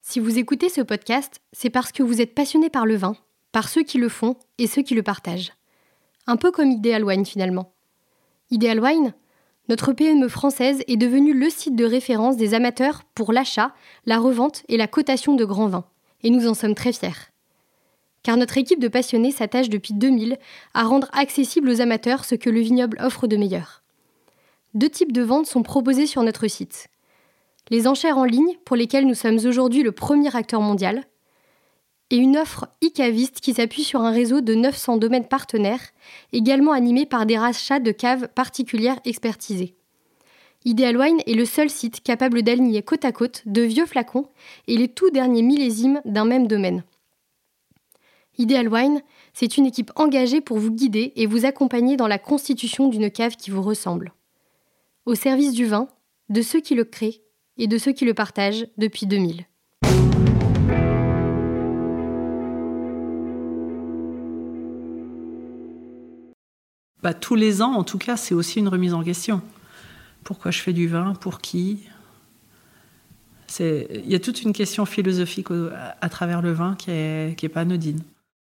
Si vous écoutez ce podcast, c'est parce que vous êtes passionné par le vin, par ceux qui le font et ceux qui le partagent. Un peu comme Ideal Wine finalement. Ideal Wine, notre PME française, est devenue le site de référence des amateurs pour l'achat, la revente et la cotation de grands vins. Et nous en sommes très fiers. Car notre équipe de passionnés s'attache depuis 2000 à rendre accessible aux amateurs ce que le vignoble offre de meilleur. 2 types de ventes sont proposés sur notre site. Les enchères en ligne, pour lesquelles nous sommes aujourd'hui le premier acteur mondial, et une offre e-caviste qui s'appuie sur un réseau de 900 domaines partenaires, également animé par des rachats de caves particulières expertisées. Ideal Wine est le seul site capable d'aligner côte à côte de vieux flacons et les tout derniers millésimes d'un même domaine. Ideal Wine, c'est une équipe engagée pour vous guider et vous accompagner dans la constitution d'une cave qui vous ressemble. Au service du vin, de ceux qui le créent et de ceux qui le partagent depuis 2000. Tous les ans, en tout cas, c'est aussi une remise en question. Pourquoi je fais du vin ? Pour qui ? Il y a toute une question philosophique à travers le vin qui est pas anodine.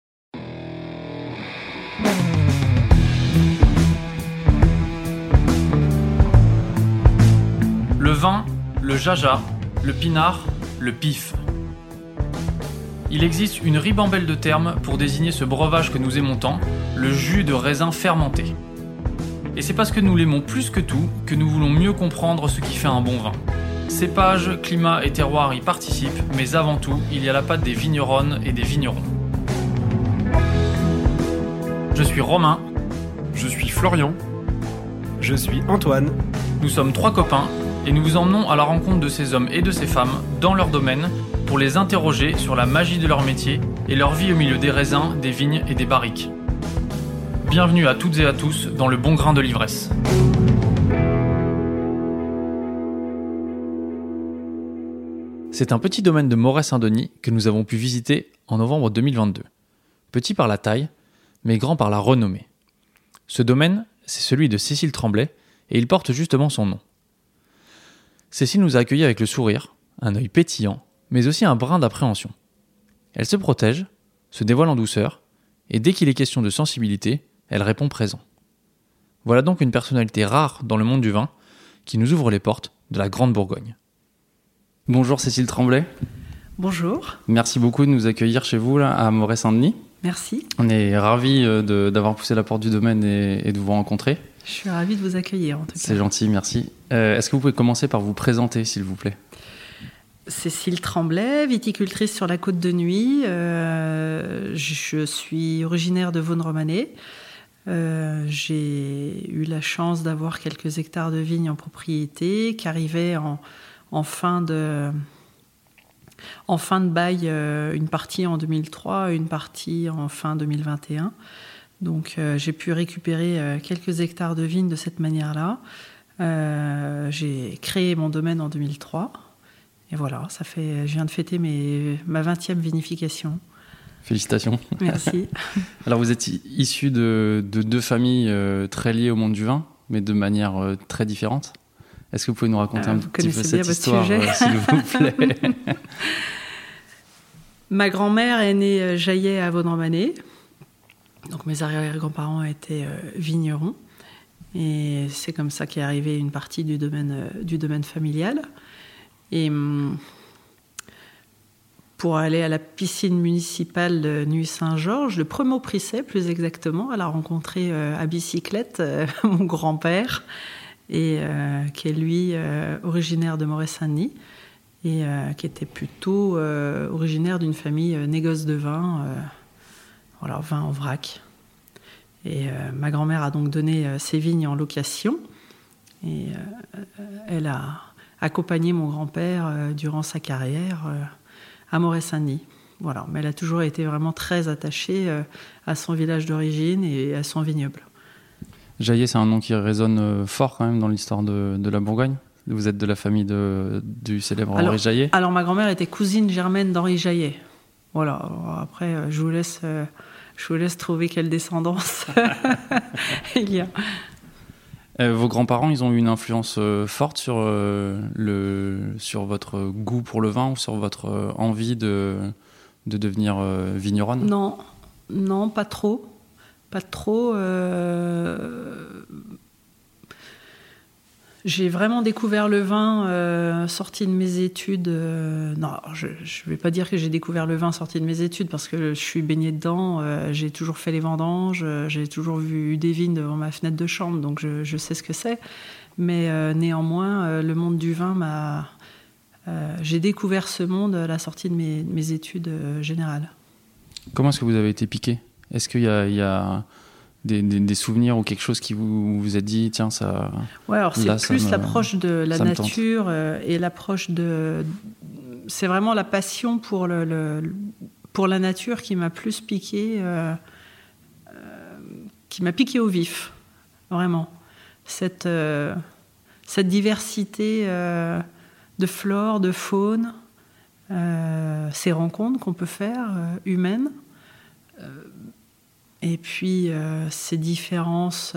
Le vin, le jaja, le pinard, le pif. Il existe une ribambelle de termes pour désigner ce breuvage que nous aimons tant, le jus de raisin fermenté. Et c'est parce que nous l'aimons plus que tout que nous voulons mieux comprendre ce qui fait un bon vin. Cépage, climat et terroir y participent, mais avant tout, il y a la patte des vigneronnes et des vignerons. Je suis Romain. Je suis Florian. Je suis Antoine. Nous sommes 3 copains et nous vous emmenons à la rencontre de ces hommes et de ces femmes dans leur domaine pour les interroger sur la magie de leur métier et leur vie au milieu des raisins, des vignes et des barriques. Bienvenue à toutes et à tous dans le bon grain de l'ivresse. C'est un petit domaine de Moret-Saint-Denis que nous avons pu visiter en novembre 2022. Petit par la taille, mais grand par la renommée. Ce domaine, c'est celui de Cécile Tremblay et il porte justement son nom. Cécile nous a accueillis avec le sourire, un œil pétillant, mais aussi un brin d'appréhension. Elle se protège, se dévoile en douceur, et dès qu'il est question de sensibilité, elle répond présent. Voilà donc une personnalité rare dans le monde du vin, qui nous ouvre les portes de la Grande Bourgogne. Bonjour Cécile Tremblay. Bonjour. Merci beaucoup de nous accueillir chez vous là, à Moret-Saint-Denis. Merci. On est ravis d'avoir poussé la porte du domaine et de vous rencontrer. Je suis ravie de vous accueillir en tout cas. C'est gentil, merci. Est-ce que vous pouvez commencer par vous présenter s'il vous plaît ? Cécile Tremblay, viticultrice sur la Côte de Nuits. Je suis originaire de Vaune-Romanée. J'ai eu la chance d'avoir quelques hectares de vignes en propriété qui arrivaient en fin de bail, une partie en 2003, une partie en fin 2021. Donc j'ai pu récupérer quelques hectares de vignes de cette manière-là. J'ai créé mon domaine en 2003. Et voilà, je viens de fêter ma 20e vinification. Félicitations. Merci. Alors vous êtes issu de 2 familles très liées au monde du vin, mais de manière très différente. Est-ce que vous pouvez nous raconter un petit peu cette histoire, s'il vous plaît ? Ma grand-mère est née Jaillet à Vaune-Romanée. Donc mes arrière-grands-parents étaient vignerons. Et c'est comme ça qu'est arrivée une partie du domaine familial. Et pour aller à la piscine municipale de Nuit-Saint-Georges, le premier Prissé, plus exactement, elle a rencontré à bicyclette mon grand-père, et qui est lui originaire de Moret-Saint-Denis, et qui était plutôt originaire d'une famille négoce de vin, vin en vrac. Et ma grand-mère a donc donné ses vignes en location, et elle a accompagné mon grand-père durant sa carrière à Moret-Saint-Denis. Voilà. Mais elle a toujours été vraiment très attachée à son village d'origine et à son vignoble. Jaillet, c'est un nom qui résonne fort quand même dans l'histoire de la Bourgogne. Vous êtes de la famille du célèbre Henri Jaillet. Alors ma grand-mère était cousine germaine d'Henri Jaillet. Voilà. Alors, après, je vous laisse trouver quelle descendance il y a. Vos grands-parents, ils ont eu une influence forte sur votre goût pour le vin ou sur votre envie de devenir vigneronne ? Non, pas trop. Pas trop. J'ai vraiment découvert le vin sorti de mes études. Non, je ne vais pas dire que j'ai découvert le vin sorti de mes études parce que je suis baignée dedans. J'ai toujours fait les vendanges. J'ai toujours vu des vignes devant ma fenêtre de chambre, donc je sais ce que c'est. Mais néanmoins, le monde du vin j'ai découvert ce monde à la sortie de mes études générales. Comment est-ce que vous avez été piqué ? Est-ce qu'il y a des souvenirs ou quelque chose qui vous a dit tiens ça. Ouais, alors c'est plus l'approche de la nature et l'approche de. C'est vraiment la passion pour pour la nature qui m'a plus piqué, qui m'a piqué au vif, vraiment. Cette diversité de flore, de faune, ces rencontres qu'on peut faire humaines. Et puis ces différences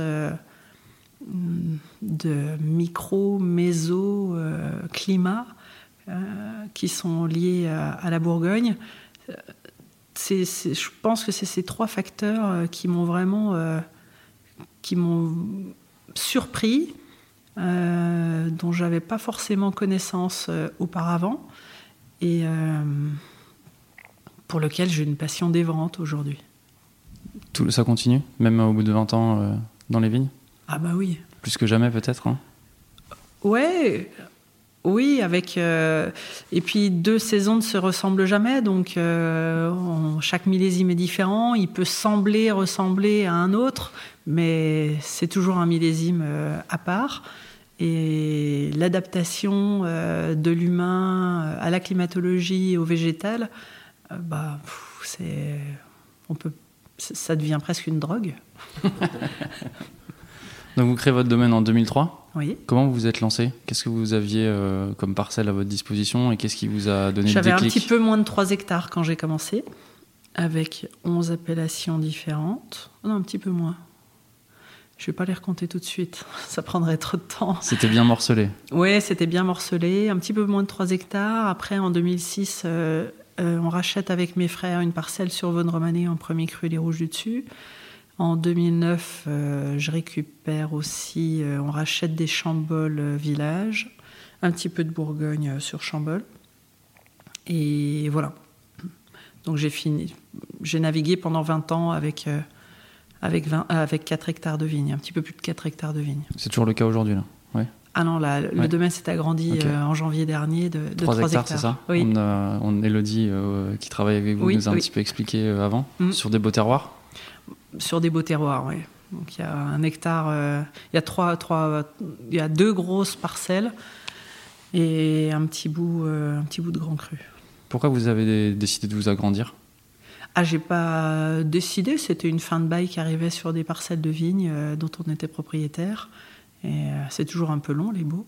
de micro, méso, climat qui sont liées à la Bourgogne. Je pense que c'est ces trois facteurs qui m'ont vraiment surpris, dont je n'avais pas forcément connaissance auparavant et pour lequel j'ai une passion dévorante aujourd'hui. Tout ça continue, même au bout de 20 ans dans les vignes ? Ah bah oui. Plus que jamais peut-être, hein ? Ouais, oui, avec... et puis 2 saisons ne se ressemblent jamais, donc chaque millésime est différent, il peut ressembler à un autre, mais c'est toujours un millésime à part. Et l'adaptation de l'humain à la climatologie et au végétal, ça devient presque une drogue. Donc vous créez votre domaine en 2003 ? Oui. Comment vous vous êtes lancé ? Qu'est-ce que vous aviez comme parcelle à votre disposition et qu'est-ce qui vous a donné le déclic ? J'avais un petit peu moins de 3 hectares quand j'ai commencé, avec 11 appellations différentes. Non, un petit peu moins. Je ne vais pas les recompter tout de suite, ça prendrait trop de temps. C'était bien morcelé ? Oui, c'était bien morcelé, un petit peu moins de 3 hectares. Après, en 2006... on rachète avec mes frères une parcelle sur Vosne-Romanée en premier cru les Rouges du Dessus. En 2009, je récupère aussi, on rachète des Chambols village, un petit peu de Bourgogne sur Chambols. Et voilà. Donc j'ai navigué pendant 20 ans avec 4 hectares de vignes, un petit peu plus de 4 hectares de vignes. C'est toujours le cas aujourd'hui, là ? Ouais. Ah non, le domaine s'est agrandi en janvier dernier de 3 hectares. C'est ça ? Oui. On Élodie, qui travaille avec vous, nous a un petit peu expliqué avant, sur des beaux terroirs ? Sur des beaux terroirs, oui. Donc il y a 1 hectare, il y a 2 grosses parcelles et un petit bout de grand cru. Pourquoi vous avez décidé de vous agrandir ? Ah, j'ai pas décidé, c'était une fin de bail qui arrivait sur des parcelles de vignes dont on était propriétaire. Et c'est toujours un peu long, les baux.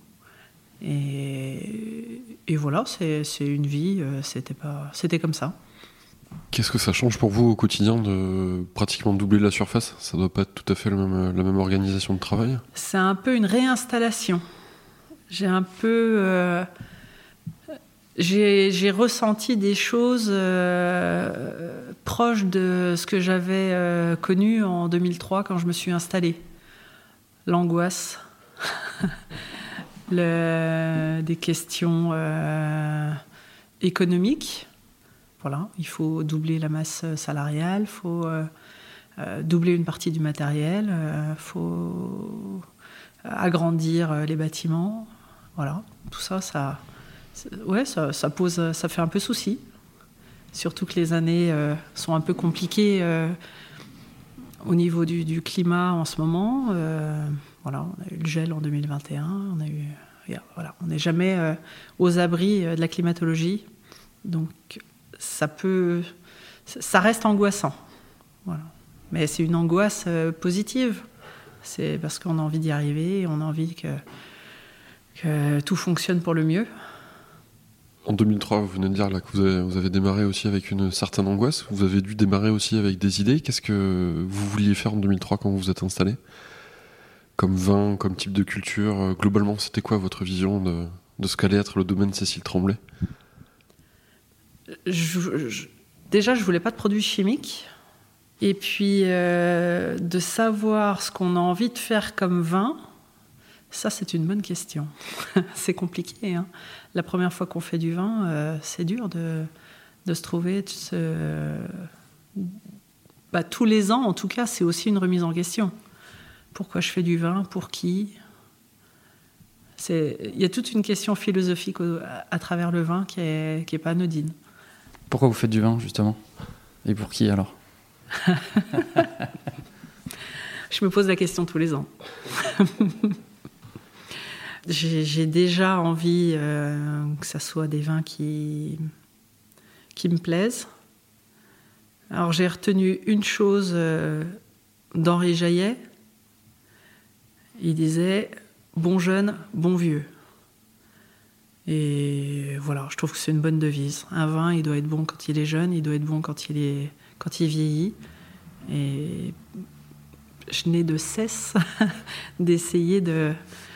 Et voilà, c'est une vie, c'était comme ça. Qu'est-ce que ça change pour vous au quotidien de pratiquement doubler la surface ? Ça doit pas être tout à fait la même organisation de travail ? C'est un peu une réinstallation. J'ai ressenti des choses proches de ce que j'avais connu en 2003 quand je me suis installée. L'angoisse, des questions économiques. Voilà, il faut doubler la masse salariale, il faut doubler une partie du matériel, il faut agrandir les bâtiments. Voilà, tout ça, ça fait un peu souci. Surtout que les années sont un peu compliquées au niveau du climat en ce moment. Voilà, on a eu le gel en 2021, on n'est jamais aux abris de la climatologie. Donc ça reste angoissant. Voilà. Mais c'est une angoisse positive. C'est parce qu'on a envie d'y arriver, on a envie que tout fonctionne pour le mieux. En 2003, vous venez de dire là, que vous avez démarré aussi avec une certaine angoisse. Vous avez dû démarrer aussi avec des idées. Qu'est-ce que vous vouliez faire en 2003 quand vous vous êtes installé ? comme vin, comme type de culture? Globalement, c'était quoi votre vision de ce qu'allait être le domaine Cécile Tremblay? Déjà, je voulais pas de produits chimiques. Et puis, de savoir ce qu'on a envie de faire comme vin, ça, c'est une bonne question. C'est compliqué, hein. La première fois qu'on fait du vin, c'est dur de se trouver. Tous les ans, en tout cas, c'est aussi une remise en question. Pourquoi je fais du vin? Pour qui? Il y a toute une question philosophique à travers le vin qui est pas anodine. Pourquoi vous faites du vin, justement? Et pour qui, alors? Je me pose la question tous les ans. J'ai déjà envie que ça soit des vins qui me plaisent. Alors j'ai retenu une chose d'Henri Jaillet. Il disait « bon jeune, bon vieux ». Et voilà, je trouve que c'est une bonne devise. Un vin, il doit être bon quand il est jeune, il doit être bon quand il vieillit. Et je n'ai de cesse d'essayer de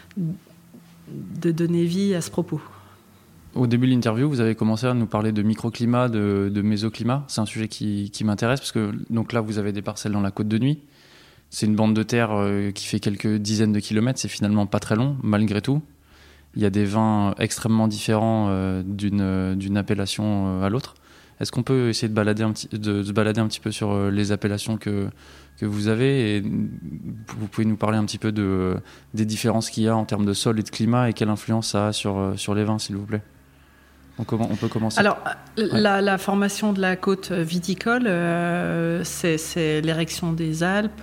donner vie à ce propos. Au début de l'interview, vous avez commencé à nous parler de microclimat, de mésoclimat. C'est un sujet qui m'intéresse parce que donc là, vous avez des parcelles dans la Côte de Nuits. C'est une bande de terre qui fait quelques dizaines de kilomètres. C'est finalement pas très long, malgré tout. Il y a des vins extrêmement différents d'une appellation à l'autre. Est-ce qu'on peut essayer de se balader un petit peu sur les appellations que vous avez, et vous pouvez nous parler un petit peu des différences qu'il y a en termes de sol et de climat et quelle influence ça a sur les vins, s'il vous plaît? On peut commencer. Alors, la formation de la côte viticole, c'est l'érection des Alpes,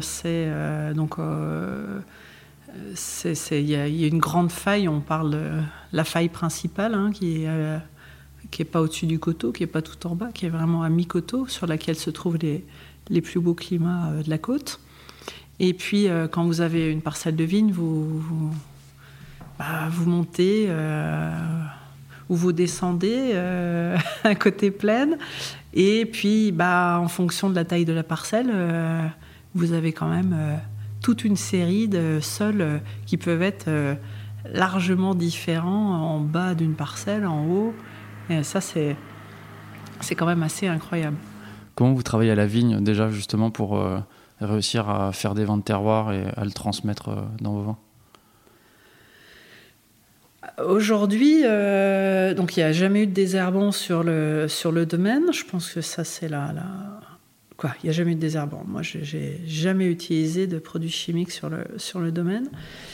il y a une grande faille, on parle de la faille principale, hein, qui est pas au-dessus du coteau, qui est pas tout en bas, qui est vraiment à mi-coteau, sur laquelle se trouvent les plus beaux climats de la côte. Et puis, quand vous avez une parcelle de vigne, vous montez ou vous descendez à côté plaine. Et puis, en fonction de la taille de la parcelle, vous avez quand même toute une série de sols qui peuvent être largement différents en bas d'une parcelle, en haut. Et ça, c'est quand même assez incroyable. Comment vous travaillez à la vigne, déjà, justement, pour réussir à faire des vins de terroir et à le transmettre dans vos vins? Aujourd'hui, donc il n'y a jamais eu de désherbant sur le domaine. Je pense que ça, c'est il n'y a jamais eu de désherbant. Moi, j'ai jamais utilisé de produits chimiques sur le domaine.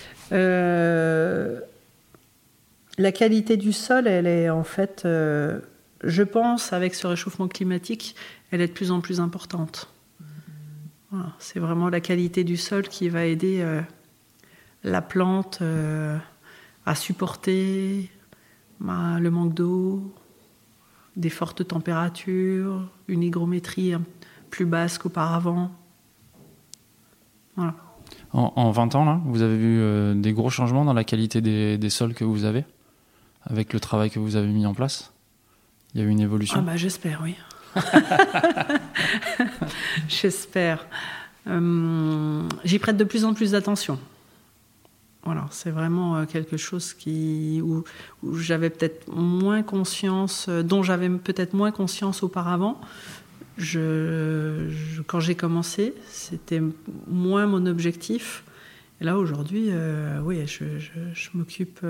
La qualité du sol, elle est en fait, je pense, avec ce réchauffement climatique, elle est de plus en plus importante. Voilà, c'est vraiment la qualité du sol qui va aider la plante à supporter le manque d'eau, des fortes températures, une hygrométrie plus basse qu'auparavant. Voilà. En 20 ans, là, vous avez vu des gros changements dans la qualité des sols que vous avez, avec le travail que vous avez mis en place? Il y a eu une évolution? J'espère, oui. J'espère. J'y prête de plus en plus d'attention. Voilà, c'est vraiment quelque chose où j'avais peut-être moins conscience, dont j'avais peut-être moins conscience auparavant. Quand j'ai commencé, c'était moins mon objectif. Et là, aujourd'hui, oui, je m'occupe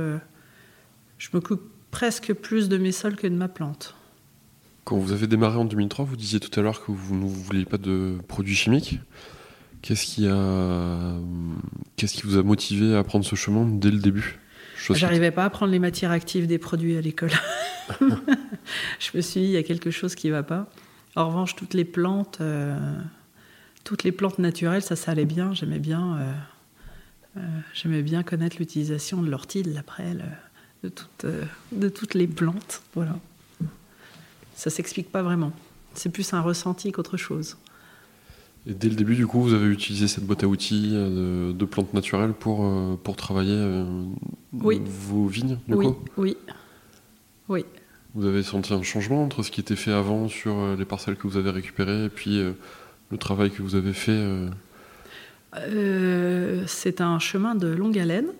presque plus de mes sols que de ma plante. Quand vous avez démarré en 2003, vous disiez tout à l'heure que vous ne vouliez pas de produits chimiques. Qu'est-ce qui vous a motivé à prendre ce chemin dès le début? J'arrivais pas à prendre les matières actives des produits à l'école. Je me suis dit, il y a quelque chose qui va pas. En revanche, toutes les plantes naturelles, ça allait bien. J'aimais bien connaître l'utilisation de l'ortie, de la prêle, de toutes les plantes. Voilà. Ça s'explique pas vraiment. C'est plus un ressenti qu'autre chose. Et dès le début, du coup, vous avez utilisé cette boîte à outils de plantes naturelles pour travailler vos vignes, du coup? Oui. Vous avez senti un changement entre ce qui était fait avant sur les parcelles que vous avez récupérées et puis le travail que vous avez fait C'est un chemin de longue haleine.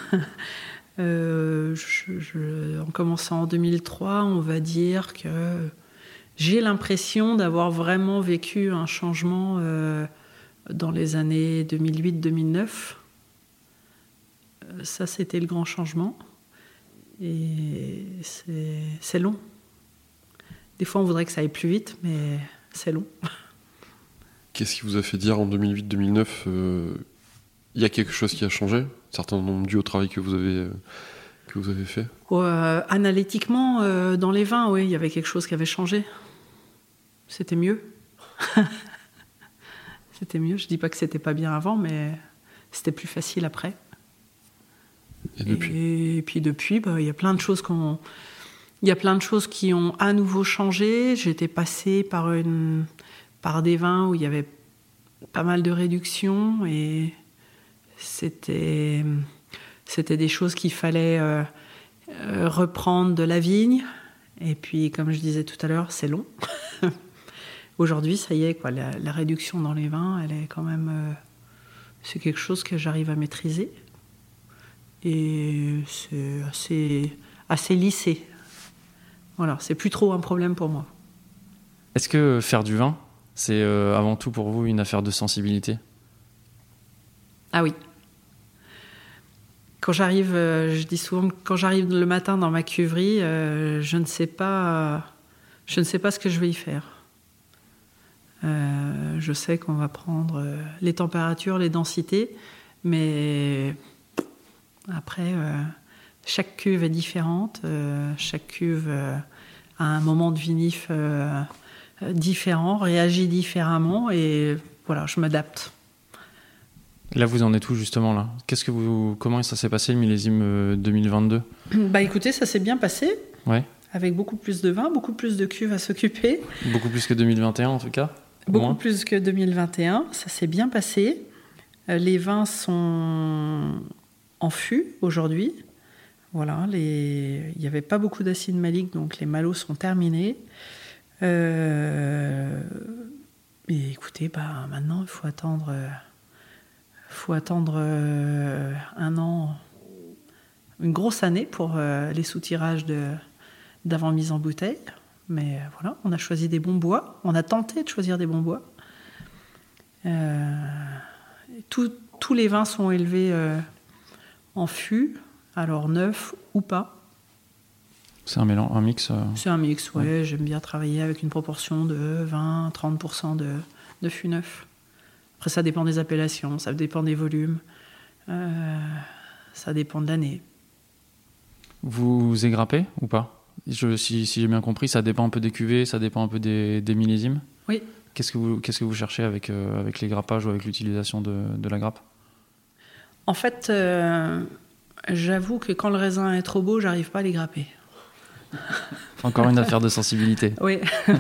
En commençant en 2003, on va dire que j'ai l'impression d'avoir vraiment vécu un changement dans les années 2008-2009. Ça, c'était le grand changement. Et c'est long. Des fois, on voudrait que ça aille plus vite, mais c'est long. Qu'est-ce qui vous a fait dire en 2008-2009 il y a quelque chose qui a changé, un certain nombre dû au travail que vous avez fait? Analytiquement, dans les vins, oui, il y avait quelque chose qui avait changé. C'était mieux. C'était mieux. Je dis pas que c'était pas bien avant, mais c'était plus facile après. Et puis depuis, il y a plein de choses qui ont à nouveau changé. J'étais passée par des vins où il y avait pas mal de réductions et c'était des choses qu'il fallait reprendre de la vigne. Et puis, comme je disais tout à l'heure, c'est long. Aujourd'hui, ça y est, quoi, la réduction dans les vins, elle est quand même... c'est quelque chose que j'arrive à maîtriser. Et c'est assez lissé. Voilà, c'est plus trop un problème pour moi. Est-ce que faire du vin, c'est avant tout pour vous une affaire de sensibilité? Ah oui. Quand j'arrive, je dis souvent que quand j'arrive le matin dans ma cuverie, je ne sais pas ce que je vais y faire. Je sais qu'on va prendre les températures, les densités, mais après, chaque cuve est différente, chaque cuve a un moment de vinif différent, réagit différemment, et voilà, je m'adapte. Là, vous en êtes où justement là? Comment ça s'est passé le millésime 2022? Écoutez, ça s'est bien passé. Ouais. Avec beaucoup plus de vin, beaucoup plus de cuves à s'occuper. Beaucoup plus que 2021 en tout cas? Beaucoup plus que 2021, ça s'est bien passé. Les vins sont en fût aujourd'hui. Voilà, il n'y avait pas beaucoup d'acide malique, donc les malots sont terminés. Et écoutez, maintenant, il faut attendre un an, une grosse année pour les soutirages d'avant mise en bouteille. Mais voilà, on a choisi des bons bois. On a tenté de choisir des bons bois. Tous les vins sont élevés en fût, alors neuf ou pas. C'est un mix C'est un mix, ouais. J'aime bien travailler avec une proportion de 20-30% de fût neuf. Après, ça dépend des appellations, ça dépend des volumes, ça dépend de l'année. Vous égrappez ou pas? Si j'ai bien compris, ça dépend un peu des cuvées, ça dépend un peu des millésimes. Oui. Qu'est-ce que vous cherchez avec les grappages ou avec l'utilisation de la grappe? En fait, j'avoue que quand le raisin est trop beau, j'arrive pas à les grapper. Encore une affaire de sensibilité. Oui.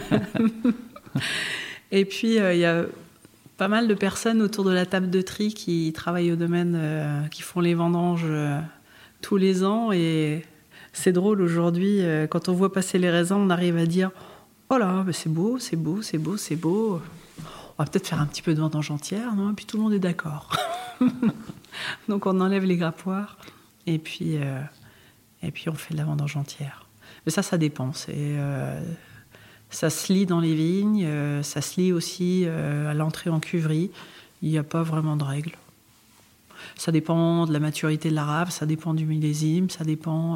Et puis, il y a pas mal de personnes autour de la table de tri qui travaillent au domaine, qui font les vendanges tous les ans. Et c'est drôle, aujourd'hui, quand on voit passer les raisins, on arrive à dire « Oh là, c'est beau, c'est beau, c'est beau, c'est beau. On va peut-être faire un petit peu de vendange entière, non ?» Et puis tout le monde est d'accord. Donc on enlève les grappoirs et puis on fait de la vendange entière. Mais ça dépend. Ça se lit dans les vignes, ça se lit aussi à l'entrée en cuverie. Il n'y a pas vraiment de règles. Ça dépend de la maturité de la rave, ça dépend du millésime, ça dépend...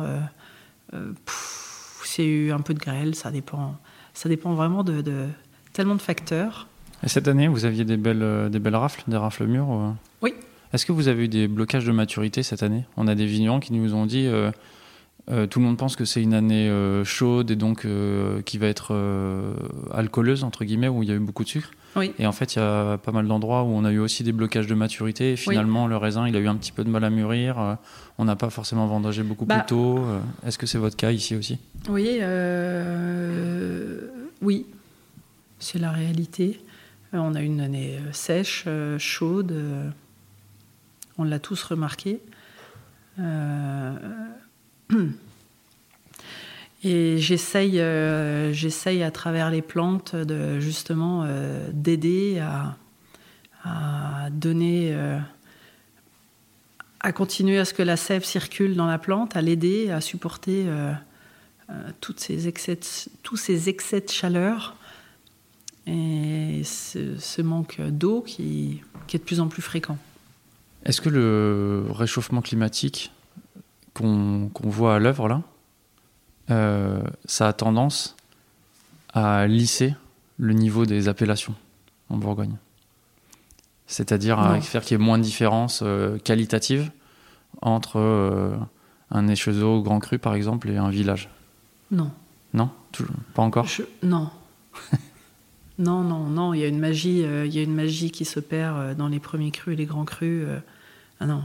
c'est un peu de grêle, ça dépend vraiment de tellement de facteurs. Et cette année, vous aviez des belles rafles, des rafles mûres? Oui. Est-ce que vous avez eu des blocages de maturité cette année? On a des vignerons qui nous ont dit tout le monde pense que c'est une année chaude et donc qui va être alcooleuse, entre guillemets, où il y a eu beaucoup de sucre. Oui. Et en fait, il y a pas mal d'endroits où on a eu aussi des blocages de maturité. Et finalement, le raisin, il a eu un petit peu de mal à mûrir. On n'a pas forcément vendangé beaucoup plus tôt. Est-ce que c'est votre cas ici aussi? Oui, oui, c'est la réalité. On a eu une année sèche, chaude. On l'a tous remarqué. Et j'essaye à travers les plantes d'aider à donner, à continuer à ce que la sève circule dans la plante, à l'aider à supporter tous ces excès de chaleur et ce manque d'eau qui est de plus en plus fréquent. Est-ce que le réchauffement climatique qu'on voit à l'œuvre là, ça a tendance à lisser le niveau des appellations en Bourgogne? C'est-à-dire à faire qu'il y ait moins de différences qualitatives entre un échezeau grand cru, par exemple, et un village? Non. Non? Pas encore? Non. Non. Il y a une magie qui s'opère dans les premiers crus et les grands crus. Non.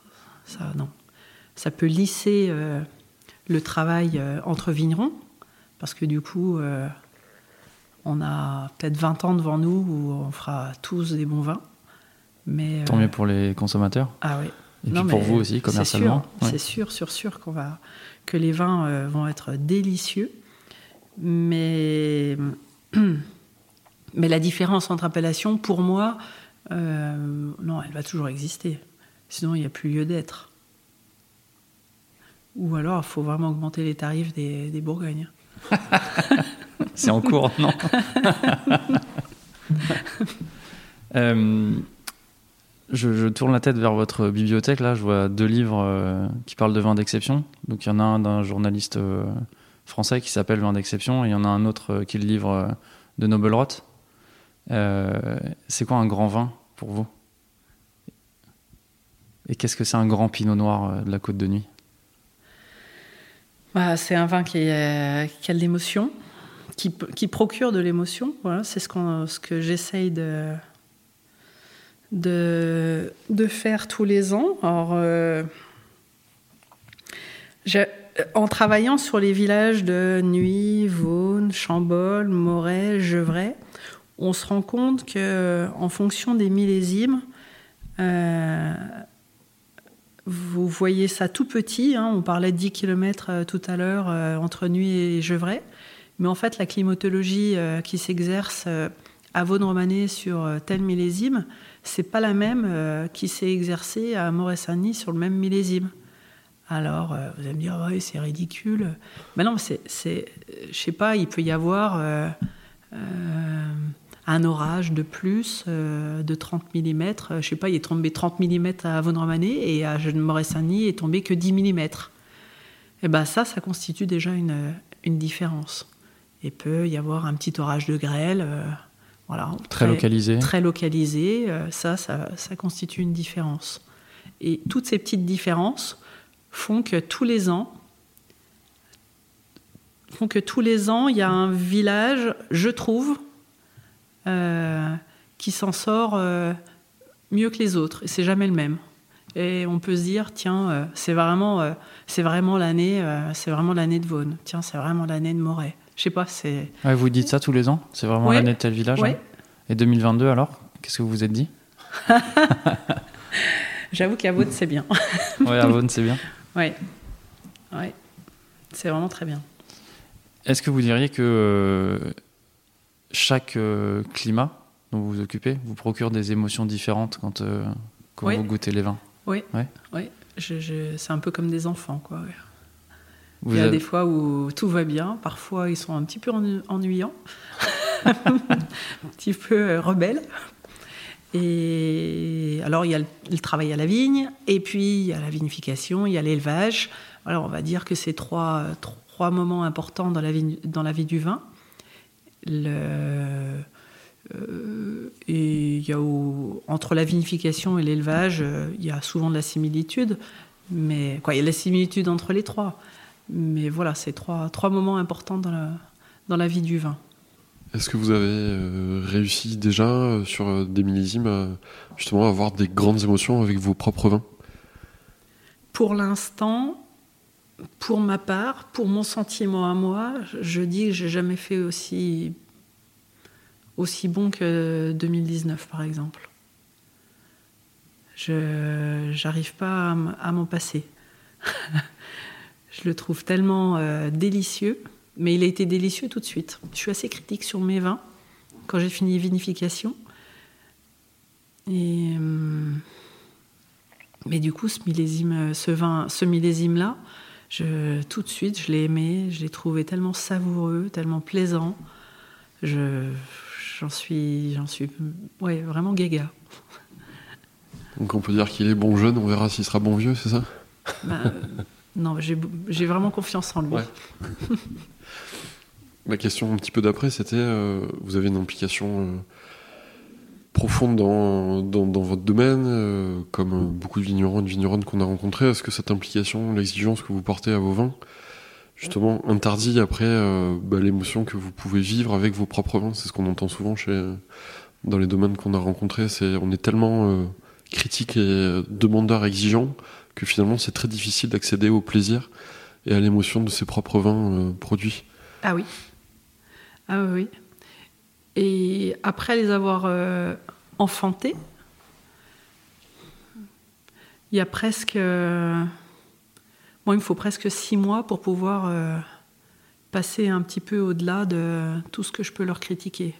Ça peut lisser le travail entre vignerons, parce que du coup, on a peut-être 20 ans devant nous où on fera tous des bons vins. Tant mieux pour les consommateurs. Ah oui. Et puis pour vous aussi, commercialement. C'est sûr que les vins vont être délicieux. Mais la différence entre appellations, pour moi, non, elle va toujours exister. Sinon, il n'y a plus lieu d'être. Ou alors, il faut vraiment augmenter les tarifs des Bourgognes. C'est en cours, non? Je tourne la tête vers votre bibliothèque. Là, je vois 2 livres qui parlent de vins d'exception. Donc, il y en a un d'un journaliste français qui s'appelle Vins d'exception, et il y en a un autre qui est le livre de Nobelrot. C'est quoi un grand vin pour vous? Et qu'est-ce que c'est un grand pinot noir de la Côte de Nuits? C'est un vin qui a de l'émotion, qui procure de l'émotion. Voilà, c'est ce que j'essaye de faire tous les ans. Alors, en travaillant sur les villages de Nuits, Vaulnes, Chambolle, Moret, Gevrey, on se rend compte qu'en fonction des millésimes, vous voyez ça tout petit, on parlait de 10 km tout à l'heure entre Nuits et Gevrey, mais en fait la climatologie qui s'exerce à Vaulnes-Romanée sur tel millésime, c'est pas la même qui s'est exercée à Moret-Saint-Denis sur le même millésime. Alors vous allez me dire ouais, c'est ridicule. Mais non, je sais pas, il peut y avoir un orage de plus de 30 mm. Je sais pas, il est tombé 30 mm à Vaulnes-Romanée et à Moret-Saint-Denis, il est tombé que 10 mm. Et ben ça constitue déjà une différence. Il peut y avoir un petit orage de grêle, voilà, très localisé. Très localisé, ça constitue une différence. Et toutes ces petites différences font que tous les ans, il y a un village, je trouve, qui s'en sort mieux que les autres. Et c'est jamais le même. Et on peut se dire, tiens, c'est vraiment l'année de Vaulnes. Tiens, c'est vraiment l'année de Moret. Je sais pas, c'est... Ouais, vous dites ça tous les ans? C'est vraiment l'année de tel village? Ouais. Et 2022 alors? Qu'est-ce que vous vous êtes dit? J'avoue qu'à Vaulnes, c'est bien. Ouais, à Vaulnes, c'est bien. Ouais, c'est vraiment très bien. Est-ce que vous diriez que chaque climat dont vous vous occupez vous procure des émotions différentes quand vous goûtez les vins? Oui. C'est un peu comme des enfants, quoi. Il y a des fois où tout va bien, parfois ils sont un petit peu ennuyants, un petit peu rebelles. Et alors il y a le travail à la vigne, et puis il y a la vinification, il y a l'élevage. Alors on va dire que c'est trois moments importants dans la vie du vin. Et il y a entre la vinification et l'élevage, il y a souvent de la similitude, mais il y a de la similitude entre les trois. Mais voilà, c'est trois moments importants dans la vie du vin. Est-ce que vous avez réussi déjà sur des millésimes justement à avoir des grandes émotions avec vos propres vins? Pour l'instant, pour ma part, pour mon sentiment à moi, je dis que j'ai jamais fait aussi bon que 2019 par exemple. Je n'arrive pas à m'en passer. Je le trouve tellement délicieux, mais il a été délicieux tout de suite. Je suis assez critique sur mes vins quand j'ai fini vinification. Mais du coup, ce millésime-là, tout de suite, je l'ai aimé, je l'ai trouvé tellement savoureux, tellement plaisant. J'en suis vraiment gaga. Donc on peut dire qu'il est bon jeune, on verra s'il sera bon vieux, c'est ça ? Non, j'ai vraiment confiance en lui. Ouais. Ma question un petit peu d'après, c'était, vous avez une implication profonde dans votre domaine, comme beaucoup de vignerons et de vigneronnes qu'on a rencontrés. Est-ce que cette implication, l'exigence que vous portez à vos vins, justement, interdit après l'émotion que vous pouvez vivre avec vos propres vins ? C'est ce qu'on entend souvent dans les domaines qu'on a rencontrés. On est tellement critique et demandeur, exigeant, que finalement c'est très difficile d'accéder au plaisir et à l'émotion de ses propres vins produits. Ah oui. Ah oui. Et après les avoir enfantés, il y a presque... il me faut presque 6 mois pour pouvoir passer un petit peu au-delà de tout ce que je peux leur critiquer.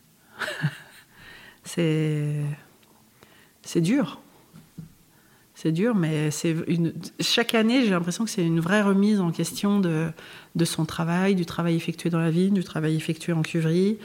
C'est dur. C'est dur, mais chaque année, j'ai l'impression que c'est une vraie remise en question de son travail, du travail effectué dans la vigne, du travail effectué en cuverie.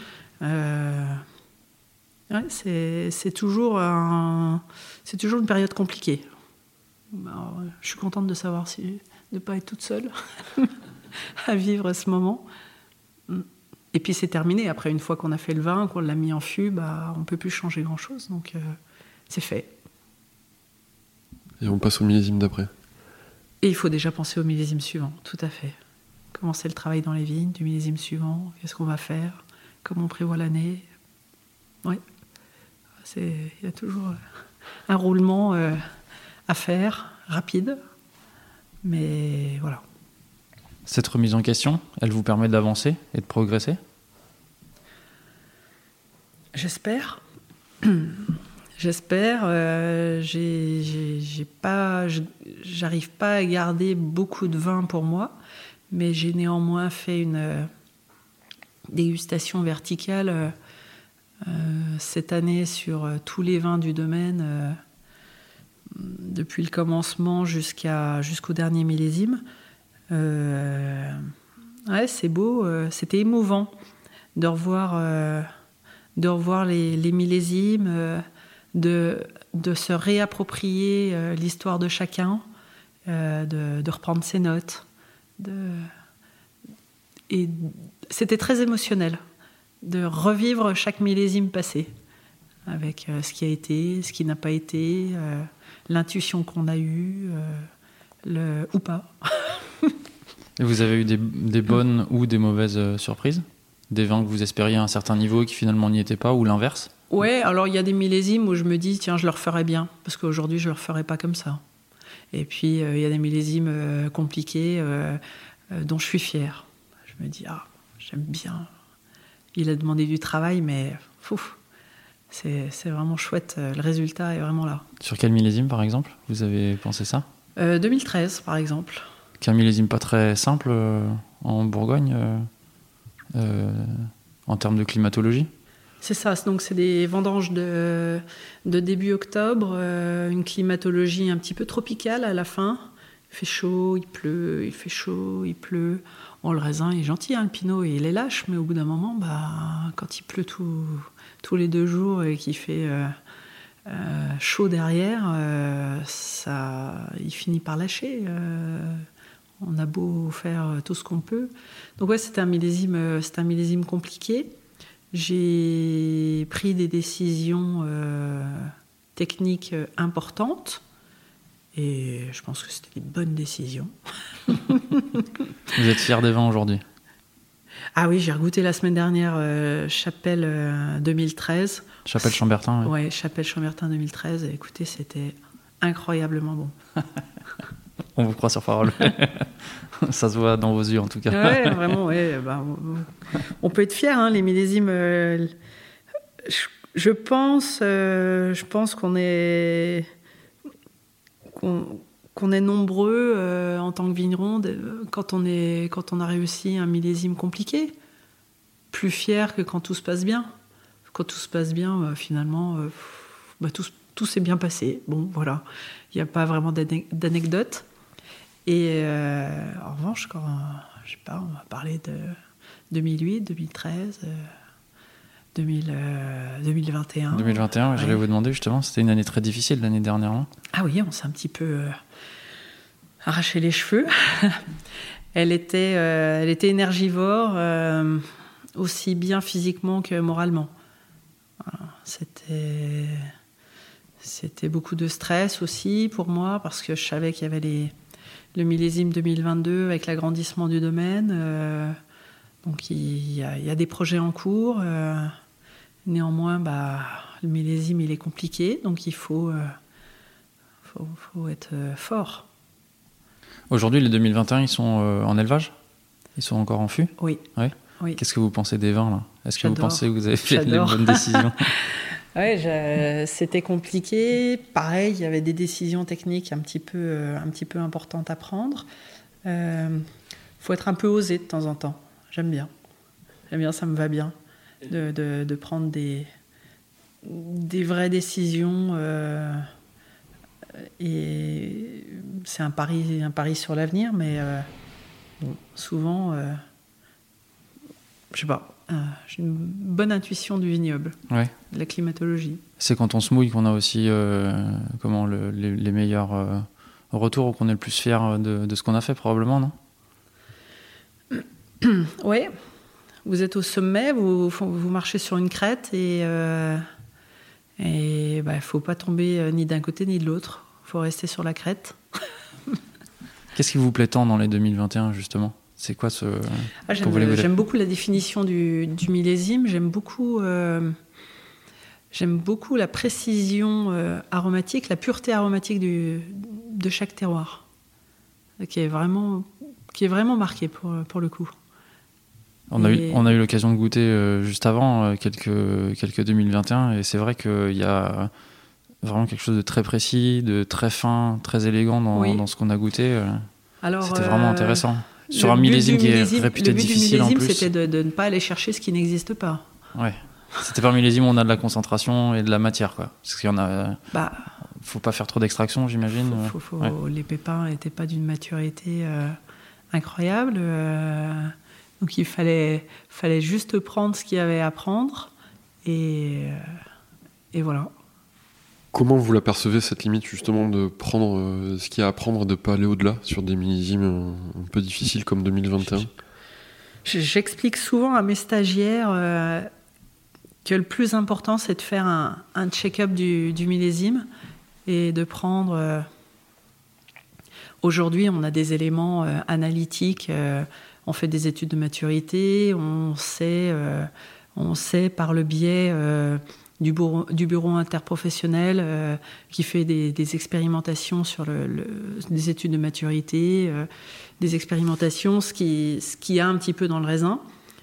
C'est toujours une période compliquée. Alors, je suis contente de savoir de ne pas être toute seule à vivre ce moment. Et puis c'est terminé. Après, une fois qu'on a fait le vin, qu'on l'a mis en fût, on ne peut plus changer grand-chose. Donc c'est fait. Et on passe au millésime d'après. Et il faut déjà penser au millésime suivant, tout à fait. Commencer le travail dans les vignes, du millésime suivant, qu'est-ce qu'on va faire, comment on prévoit l'année. Oui, il y a toujours un roulement à faire, rapide, mais voilà. Cette remise en question, elle vous permet d'avancer et de progresser ? J'espère. J'espère. J'arrive pas à garder beaucoup de vin pour moi, mais j'ai néanmoins fait une dégustation verticale cette année sur tous les vins du domaine, depuis le commencement jusqu'au dernier millésime. C'est beau, c'était émouvant de revoir les millésimes, de se réapproprier l'histoire de chacun, de reprendre ses notes. Et c'était très émotionnel de revivre chaque millésime passé, avec ce qui a été, ce qui n'a pas été, l'intuition qu'on a eue, ou pas. Et vous avez eu des bonnes ou des mauvaises surprises ? Des vins que vous espériez à un certain niveau et qui finalement n'y étaient pas, ou l'inverse ? Ouais, alors il y a des millésimes où je me dis, tiens, je le referais bien, parce qu'aujourd'hui, je ne le referais pas comme ça. Et puis, il y a des millésimes compliqués dont je suis fière. Je me dis, j'aime bien. Il a demandé du travail, mais c'est vraiment chouette. Le résultat est vraiment là. Sur quel millésime, par exemple, vous avez pensé ça ? 2013, par exemple. Qu'un millésime pas très simple en Bourgogne, en termes de climatologie ? C'est ça, donc c'est des vendanges de début octobre, une climatologie un petit peu tropicale à la fin. Il fait chaud, il pleut, il fait chaud, il pleut. Bon, le raisin est gentil, le pinot, et il est lâche, mais au bout d'un moment, quand il pleut tous les 2 jours et qu'il fait chaud derrière, il finit par lâcher. On a beau faire tout ce qu'on peut. Donc ouais, c'est un millésime compliqué. J'ai pris des décisions techniques importantes et je pense que c'était des bonnes décisions. Vous êtes fiers des vins aujourd'hui ? Ah oui, j'ai regoûté la semaine dernière Chapelle 2013. Chapelle Chambertin, oui. Ouais, Chapelle Chambertin 2013. Et écoutez, c'était incroyablement bon. On vous croit sur parole. Ça se voit dans vos yeux, en tout cas. Ouais, vraiment, ouais. On peut être fiers, les millésimes. Je pense qu'on est nombreux en tant que vigneron quand on a réussi un millésime compliqué. Plus fiers que quand tout se passe bien. Quand tout se passe bien, finalement, tout s'est bien passé. Bon, voilà. Il n'y a pas vraiment d'anecdote. Et en revanche, quand, je sais pas, on va parler de 2008, 2013, 2021. 2021, j'allais vous demander justement, c'était une année très difficile l'année dernière. Hein. Ah oui, on s'est un petit peu arraché les cheveux. Elle était énergivore, aussi bien physiquement que moralement. Voilà. C'était beaucoup de stress aussi pour moi, parce que je savais qu'il y avait le millésime 2022 avec l'agrandissement du domaine. Donc il y a des projets en cours. Néanmoins, le millésime il est compliqué, donc il faut être fort. Aujourd'hui, les 2021, ils sont en élevage ? Ils sont encore en fût ? Oui. Ouais. Oui. Qu'est-ce que vous pensez des vins là ? Est-ce que vous pensez que vous avez fait les J'adore. bonnes décisions ? C'était compliqué. Pareil, il y avait des décisions techniques un petit peu importantes à prendre. Faut être un peu osé de temps en temps. J'aime bien, ça me va bien de prendre des vraies décisions. Et c'est un pari sur l'avenir, mais souvent, je sais pas. J'ai une bonne intuition du vignoble, de la climatologie. C'est quand on se mouille qu'on a aussi les meilleurs retours, ou qu'on est le plus fier de ce qu'on a fait, probablement, non ? Oui, vous êtes au sommet, vous marchez sur une crête et faut pas tomber ni d'un côté ni de l'autre. Il faut rester sur la crête. Qu'est-ce qui vous plaît tant dans les 2021, justement ? C'est quoi ce... J'aime beaucoup la définition du millésime. J'aime beaucoup la précision aromatique, la pureté aromatique de chaque terroir, qui est vraiment marquée pour le coup. On a eu l'occasion de goûter juste avant quelques 2021, et c'est vrai qu'il y a vraiment quelque chose de très précis, de très fin, très élégant dans ce qu'on a goûté. Alors, c'était vraiment intéressant. Sur un millésime qui est réputé difficile en plus. Le but du millésime, c'était de ne pas aller chercher ce qui n'existe pas. Ouais. C'était pas un millésime où on a de la concentration et de la matière, quoi. Parce qu'il y en a... faut pas faire trop d'extraction, j'imagine. Les pépins n'étaient pas d'une maturité incroyable. Donc il fallait juste prendre ce qu'il y avait à prendre. Et voilà. Comment vous l'apercevez, cette limite, justement, de prendre ce qu'il y a à prendre et de ne pas aller au-delà sur des millésimes un peu difficiles comme 2021 ? J'explique souvent à mes stagiaires que le plus important, c'est de faire un check-up du millésime et de prendre... Aujourd'hui, on a des éléments analytiques, on fait des études de maturité, on sait par le biais... du bureau interprofessionnel qui fait des expérimentations sur des études de maturité, des expérimentations, ce qu'il y a un petit peu dans le raisin.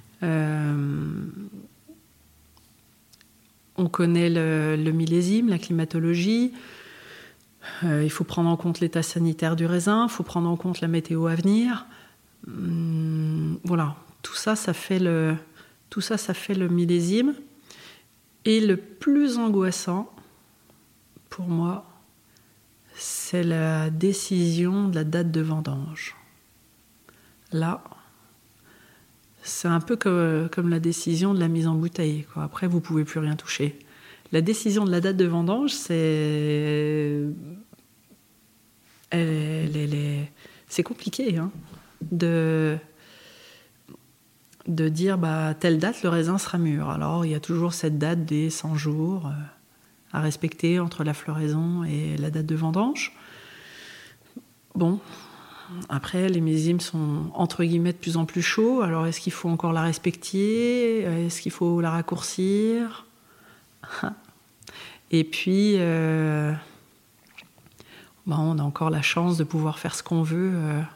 On connaît le millésime, la climatologie. Il faut prendre en compte l'état sanitaire du raisin, il faut prendre en compte la météo à venir. Voilà, tout ça, ça fait le millésime. Et le plus angoissant, pour moi, c'est la décision de la date de vendange. Là, c'est un peu comme la décision de la mise en bouteille, quoi. Après, vous ne pouvez plus rien toucher. La décision de la date de vendange, c'est compliqué, hein, de dire telle date le raisin sera mûr. Alors il y a toujours cette date des 100 jours à respecter entre la floraison et la date de vendange. Bon, après les millésimes sont entre guillemets de plus en plus chauds. Alors est-ce qu'il faut encore la respecter ? Est-ce qu'il faut la raccourcir ? Et puis on a encore la chance de pouvoir faire ce qu'on veut.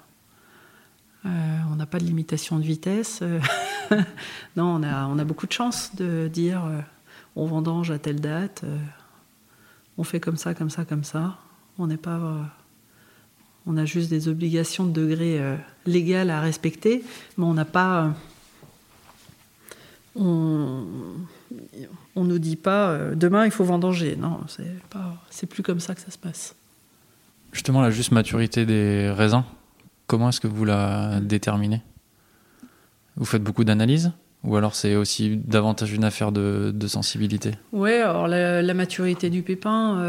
On n'a pas de limitation de vitesse. Non, on a beaucoup de chance de dire on vendange à telle date, on fait comme ça. On n'est pas, on a juste des obligations de degré légal à respecter, mais on n'a pas, on On nous dit pas demain il faut vendanger. Non, c'est plus comme ça que ça se passe. Justement, la juste maturité des raisins, comment est-ce que vous la déterminez ? Vous faites beaucoup d'analyses ? Ou alors c'est aussi davantage une affaire de sensibilité ? Ouais, alors la maturité du pépin,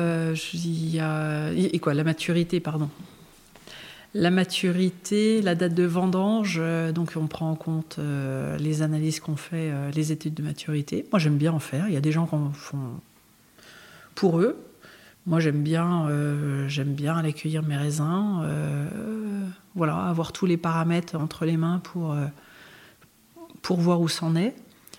la maturité, pardon. La maturité, la date de vendange, donc on prend en compte les analyses qu'on fait, les études de maturité. Moi j'aime bien en faire, il y a des gens qui en font pour eux. Moi j'aime bien aller cueillir mes raisins, avoir tous les paramètres entre les mains pour voir où c'en est.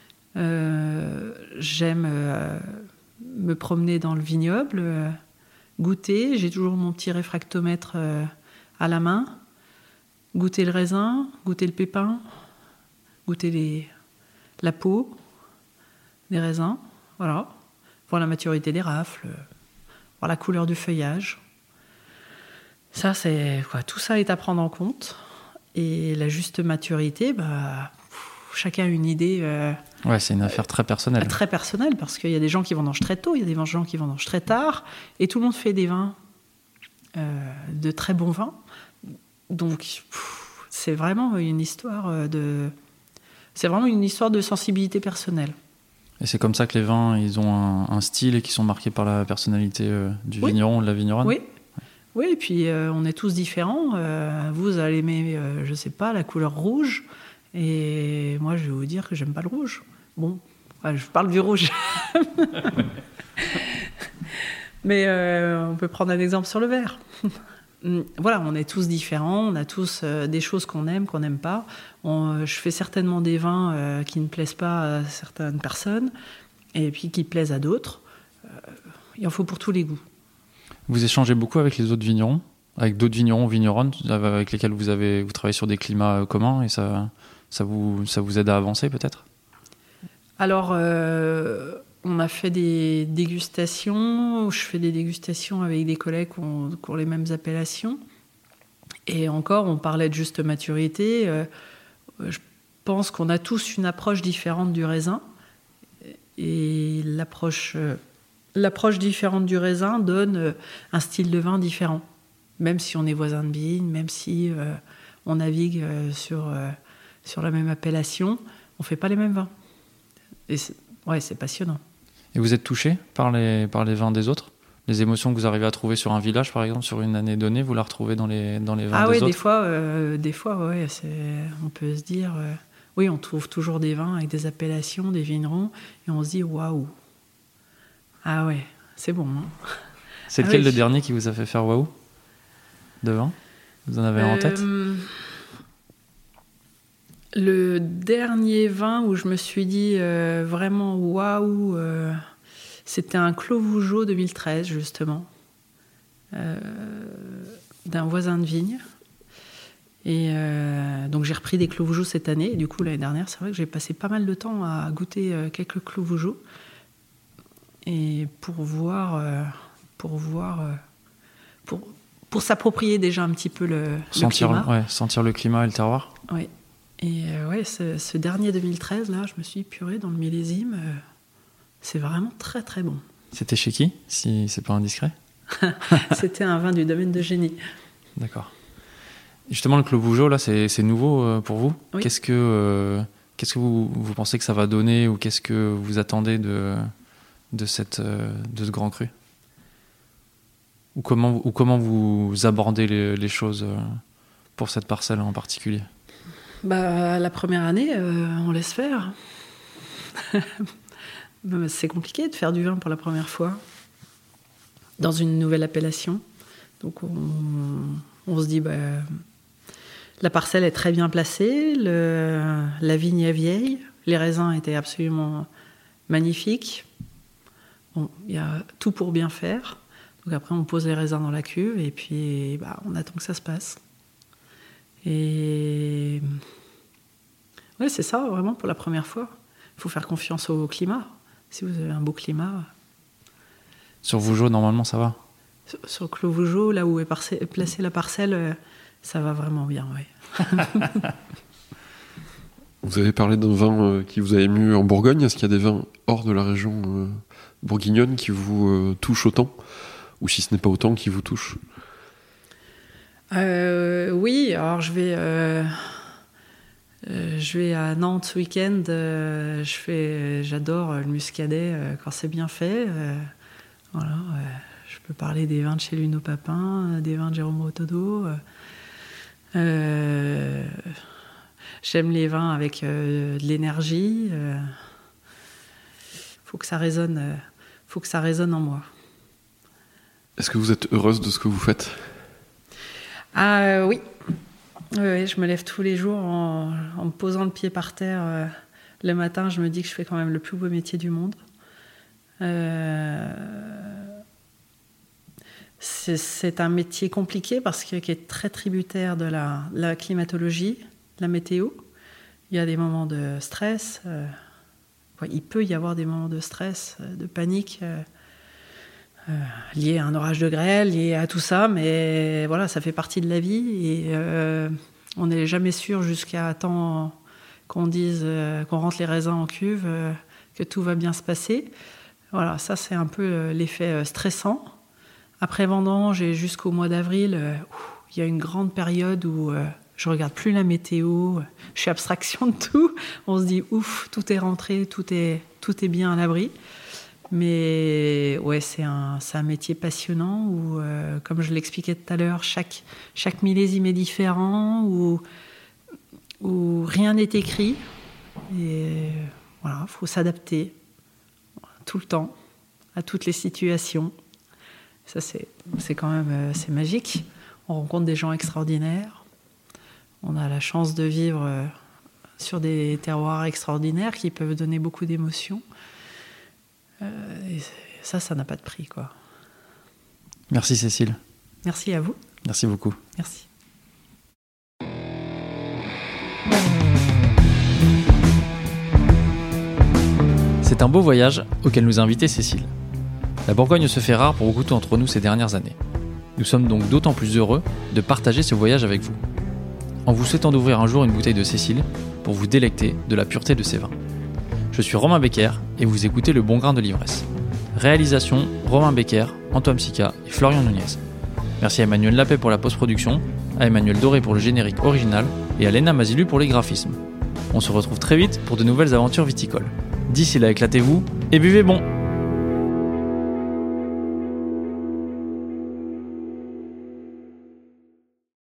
J'aime me promener dans le vignoble, goûter. J'ai toujours mon petit réfractomètre à la main. Goûter le raisin, goûter le pépin, goûter la peau des raisins. Voilà. Voir la maturité des rafles, voir la couleur du feuillage. Ça, tout ça est à prendre en compte. Et la juste maturité, chacun a une idée. C'est une affaire très personnelle. Très personnelle, parce qu'il y a des gens qui vendangent très tôt, il y a des gens qui vendangent très tard, et tout le monde fait des vins, de très bons vins. Donc, c'est vraiment une histoire de sensibilité personnelle. Et c'est comme ça que les vins, ils ont un style et qui sont marqués par la personnalité du vigneron ou de la vigneronne ? Oui. Oui, et puis on est tous différents. Vous allez aimer, je sais pas, la couleur rouge. Et moi, je vais vous dire que j'aime pas le rouge. Bon, je parle du rouge. Mais on peut prendre un exemple sur le vert. Voilà, on est tous différents. On a tous des choses qu'on aime, qu'on n'aime pas. Je fais certainement des vins qui ne plaisent pas à certaines personnes et puis qui plaisent à d'autres. Il en faut pour tous les goûts. Vous échangez beaucoup avec les autres vignerons, avec d'autres vignerons ou vigneronnes avec lesquels vous travaillez sur des climats communs et ça vous aide à avancer peut-être ? Alors, on a fait des dégustations. Je fais des dégustations avec des collègues qui ont les mêmes appellations. Et encore, on parlait de juste maturité. Je pense qu'on a tous une approche différente du raisin. Et l'approche différente du raisin donne un style de vin différent. Même si on est voisins de vignes, même si on navigue sur la même appellation, on ne fait pas les mêmes vins. Et c'est passionnant. Et vous êtes touché par les vins des autres ? Les émotions que vous arrivez à trouver sur un village, par exemple, sur une année donnée, vous la retrouvez dans les vins des autres ? Ah oui, des fois, ouais, on peut se dire... oui, on trouve toujours des vins avec des appellations, des vignerons, et on se dit, waouh. Ah ouais, c'est bon. Hein. C'est lequel le dernier qui vous a fait faire waouh de vin ? Vous en avez en tête ? Le dernier vin où je me suis dit vraiment waouh, c'était un Clos Vougeot 2013, justement, d'un voisin de vigne. Et donc j'ai repris des Clos Vougeot cette année. Et du coup, l'année dernière, c'est vrai que j'ai passé pas mal de temps à goûter quelques Clos Vougeot. Et pour s'approprier déjà un petit peu le climat. Ouais, sentir le climat et le terroir. Oui. Et ce dernier 2013, là, je me suis purée dans le millésime. C'est vraiment très, très bon. C'était chez qui, si c'est pas indiscret ? C'était un vin du domaine de Génie. D'accord. Justement, le Clos Vougeot, là, c'est nouveau pour vous ? Oui. Qu'est-ce que vous pensez que ça va donner ou qu'est-ce que vous attendez de ce grand cru ? Ou comment vous abordez les choses pour cette parcelle en particulier ? La première année, on laisse faire. C'est compliqué de faire du vin pour la première fois dans une nouvelle appellation. Donc on se dit, la parcelle est très bien placée, la vigne est vieille, les raisins étaient absolument magnifiques. Bon, il y a tout pour bien faire. Donc après, on pose les raisins dans la cuve et puis on attend que ça se passe. Et ouais, c'est ça, vraiment, pour la première fois. Il faut faire confiance au climat. Si vous avez un beau climat. Sur Vougeot, normalement, ça va ? Sur Clos Vougeot, là où est placée la parcelle, ça va vraiment bien, oui. Vous avez parlé d'un vin qui vous a ému en Bourgogne. Est-ce qu'il y a des vins hors de la région bourguignonne qui vous touchent autant, ou si ce n'est pas autant, qui vous touchent? Oui, alors je vais à Nantes ce week-end. J'adore le muscadet quand c'est bien fait. Voilà, je peux parler des vins de chez Luno Papin, des vins de Jérôme Rotodo. J'aime les vins avec de l'énergie. Faut que ça résonne en moi. Est-ce que vous êtes heureuse de ce que vous faites? Ah oui. Oui, je me lève tous les jours en me posant le pied par terre. Le matin, je me dis que je fais quand même le plus beau métier du monde. C'est un métier compliqué qui est très tributaire de la climatologie, la météo. Il y a des moments de stress. Il peut y avoir des moments de stress, de panique, liés à un orage de grêle, liés à tout ça. Mais voilà, ça fait partie de la vie. Et on n'est jamais sûr jusqu'à temps qu'on dise qu'on rentre les raisins en cuve, que tout va bien se passer. Voilà, ça c'est un peu l'effet stressant. Après vendange et jusqu'au mois d'avril, il y a une grande période où je regarde plus la météo, je fais abstraction de tout. On se dit ouf, tout est rentré, tout est bien à l'abri. Mais ouais, c'est un métier passionnant où, comme je l'expliquais tout à l'heure, chaque millésime est différent, où rien n'est écrit. Et voilà, faut s'adapter tout le temps à toutes les situations. Ça, c'est quand même c'est magique. On rencontre des gens extraordinaires. On a la chance de vivre sur des terroirs extraordinaires qui peuvent donner beaucoup d'émotions. Et ça n'a pas de prix, quoi. Merci Cécile. Merci à vous. Merci beaucoup. Merci. C'est un beau voyage auquel nous a invité Cécile. La Bourgogne se fait rare pour beaucoup d'entre nous ces dernières années. Nous sommes donc d'autant plus heureux de partager ce voyage avec vous. En vous souhaitant d'ouvrir un jour une bouteille de Cécile pour vous délecter de la pureté de ses vins. Je suis Romain Becker et vous écoutez Le Bon Grain de l'Ivresse. Réalisation Romain Becker, Antoine Psica et Florian Nunez. Merci à Emmanuel Lapet pour la post-production, à Emmanuel Doré pour le générique original et à Léna Mazilu pour les graphismes. On se retrouve très vite pour de nouvelles aventures viticoles. D'ici là, éclatez-vous et buvez bon!